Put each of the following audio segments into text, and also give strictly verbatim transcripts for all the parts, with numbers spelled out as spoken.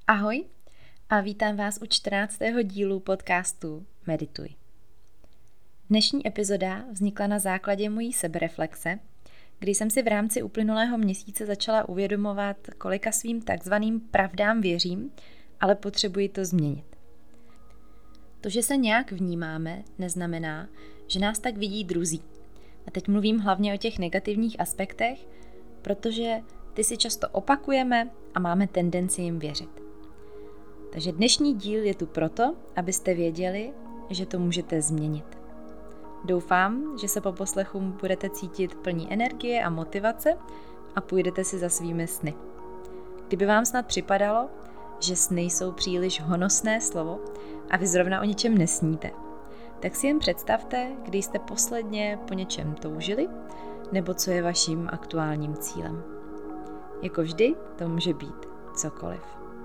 Ahoj a vítám vás u čtrnáctého dílu podcastu Medituj. Dnešní epizoda vznikla na základě mojí sebereflexe, kdy jsem si v rámci uplynulého měsíce začala uvědomovat, kolika svým takzvaným pravdám věřím, ale potřebuji to změnit. To, že se nějak vnímáme, neznamená, že nás tak vidí druzí. A teď mluvím hlavně o těch negativních aspektech, protože ty si často opakujeme a máme tendenci jim věřit. Takže dnešní díl je tu proto, abyste věděli, že to můžete změnit. Doufám, že se po poslechu budete cítit plní energie a motivace a půjdete si za svými sny. Kdyby vám snad připadalo, že sny jsou příliš honosné slovo a vy zrovna o ničem nesníte, tak si jen představte, kdy jste posledně po něčem toužili, nebo co je vaším aktuálním cílem. Jako vždy to může být cokoliv.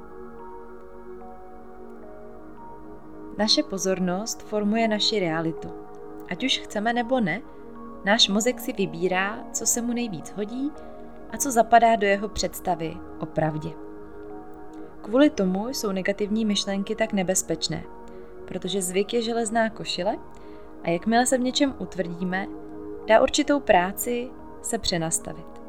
Naše pozornost formuje naši realitu. Ať už chceme nebo ne, náš mozek si vybírá, co se mu nejvíc hodí a co zapadá do jeho představy o pravdě. Kvůli tomu jsou negativní myšlenky tak nebezpečné, protože zvyk je železná košile a jakmile se v něčem utvrdíme, dá určitou práci se přenastavit.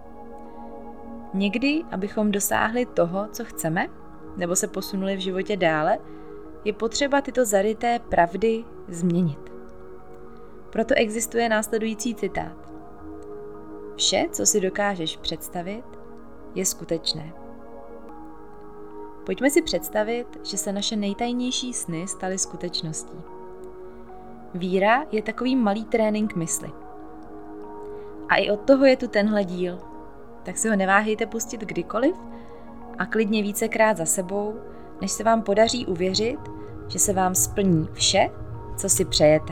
Někdy, abychom dosáhli toho, co chceme, nebo se posunuli v životě dále, je potřeba tyto zaryté pravdy změnit. Proto existuje následující citát. Vše, co si dokážeš představit, je skutečné. Pojďme si představit, že se naše nejtajnější sny staly skutečností. Víra je takový malý trénink mysli. A i od toho je tu tenhle díl. Tak si ho neváhejte pustit kdykoliv a klidně vícekrát za sebou, než se vám podaří uvěřit, že se vám splní vše, co si přejete.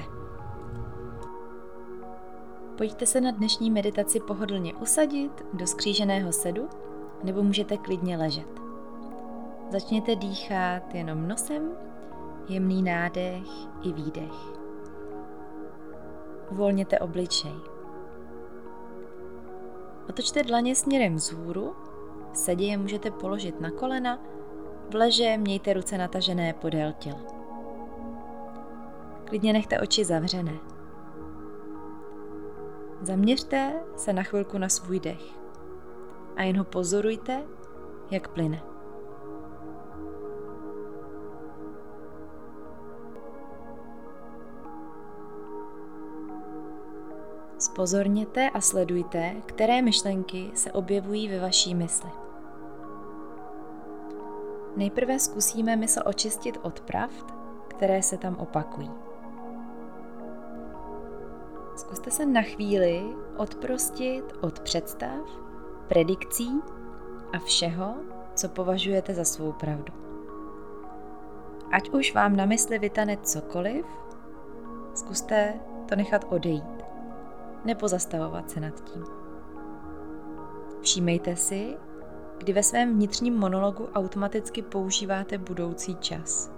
Pojďte se na dnešní meditaci pohodlně usadit do skříženého sedu, nebo můžete klidně ležet. Začněte dýchat jenom nosem, jemný nádech i výdech. Uvolněte obličej. Otočte dlaně směrem vzhůru, v sedě je můžete položit na kolena, v leže mějte ruce natažené podél těla. Klidně nechte oči zavřené. Zaměřte se na chvilku na svůj dech a jen ho pozorujte, jak plyne. Zpozorněte a sledujte, které myšlenky se objevují ve vaší mysli. Nejprve zkusíme mysl očistit od pravd, které se tam opakují. Zkuste se na chvíli odprostit od představ, predikcí a všeho, co považujete za svou pravdu. Ať už vám na mysli vytane cokoliv, zkuste to nechat odejít, nepozastavovat se nad tím. Všímejte si, kdy ve svém vnitřním monologu automaticky používáte budoucí čas.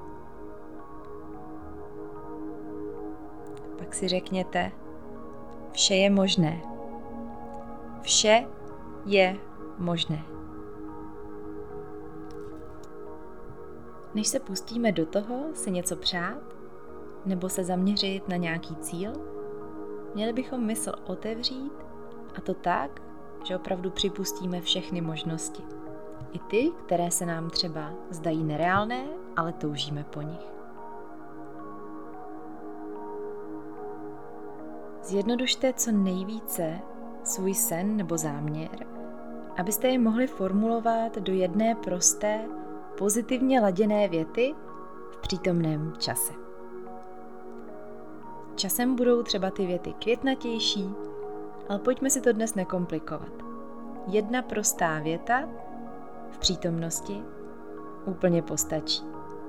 Pak si řekněte, vše je možné. Vše je možné. Než se pustíme do toho si něco přát, nebo se zaměřit na nějaký cíl, měli bychom mysl otevřít, a to tak, že opravdu připustíme všechny možnosti. I ty, které se nám třeba zdají nereálné, ale toužíme po nich. Zjednodušte co nejvíce svůj sen nebo záměr, abyste je mohli formulovat do jedné prosté, pozitivně laděné věty v přítomném čase. Časem budou třeba ty věty květnatější, ale pojďme si to dnes nekomplikovat. Jedna prostá věta v přítomnosti úplně postačí.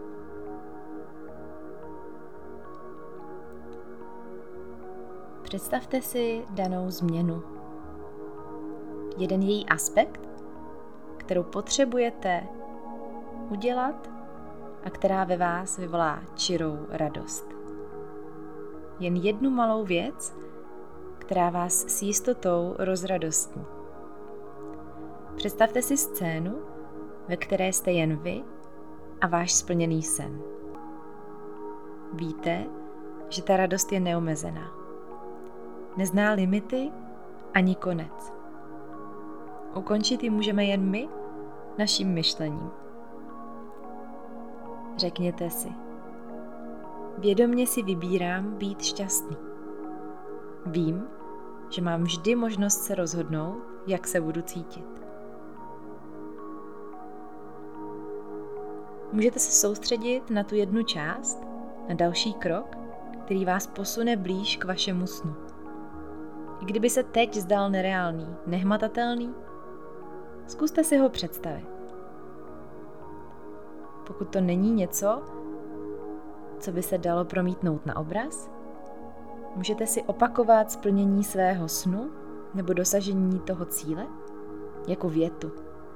Představte si danou změnu. Jeden její aspekt, kterou potřebujete udělat a která ve vás vyvolá čirou radost. Jen jednu malou věc, která vás s jistotou rozradostní. Představte si scénu, ve které jste jen vy a váš splněný sen. Víte, že ta radost je neomezená. Nezná limity ani konec. Ukončit ji můžeme jen my, naším myšlením. Řekněte si: vědomě si vybírám být šťastný. Vím, že mám vždy možnost se rozhodnout, jak se budu cítit. Můžete se soustředit na tu jednu část, na další krok, který vás posune blíž k vašemu snu. I kdyby se teď zdal nereálný, nehmatatelný, zkuste si ho představit. Pokud to není něco, co by se dalo promítnout na obraz, můžete si opakovat splnění svého snu nebo dosažení toho cíle jako větu.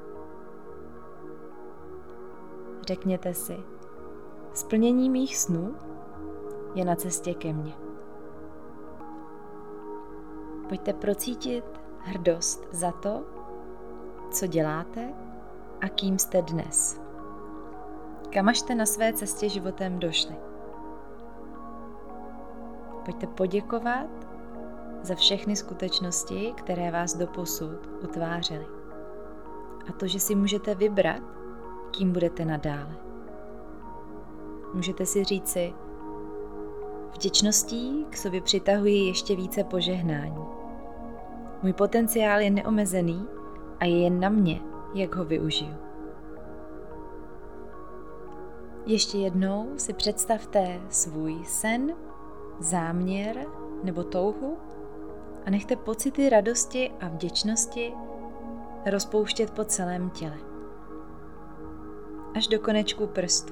Řekněte si: splnění mých snů je na cestě ke mně. Pojďte procítit hrdost za to, co děláte a kým jste dnes. Kam až jste na své cestě životem došli. Pojďte poděkovat za všechny skutečnosti, které vás doposud utvářely. A to, že si můžete vybrat, kým budete nadále. Můžete si říci: vděčností k sobě přitahuji ještě více požehnání. Můj potenciál je neomezený a je jen na mě, jak ho využiju. Ještě jednou si představte svůj sen, záměr nebo touhu a nechte pocity radosti a vděčnosti rozpouštět po celém těle. Až do konečku prstů.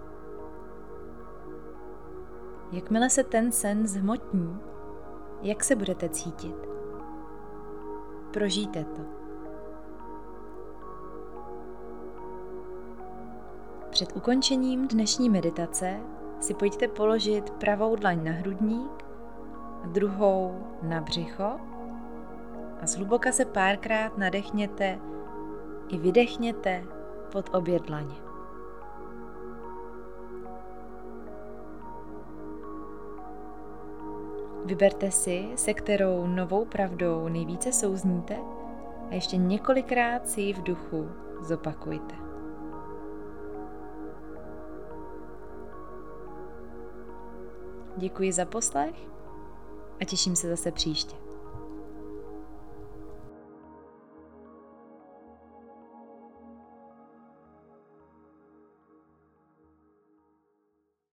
Jakmile se ten sen zhmotní, jak se budete cítit? Prožijte to. Před ukončením dnešní meditace si pojďte položit pravou dlaň na hrudník a druhou na břicho a zhluboka se párkrát nadechněte i vydechněte pod obě dlaně. Vyberte si, se kterou novou pravdou nejvíce souzníte a ještě několikrát si ji v duchu zopakujte. Děkuji za poslech a těším se zase příště.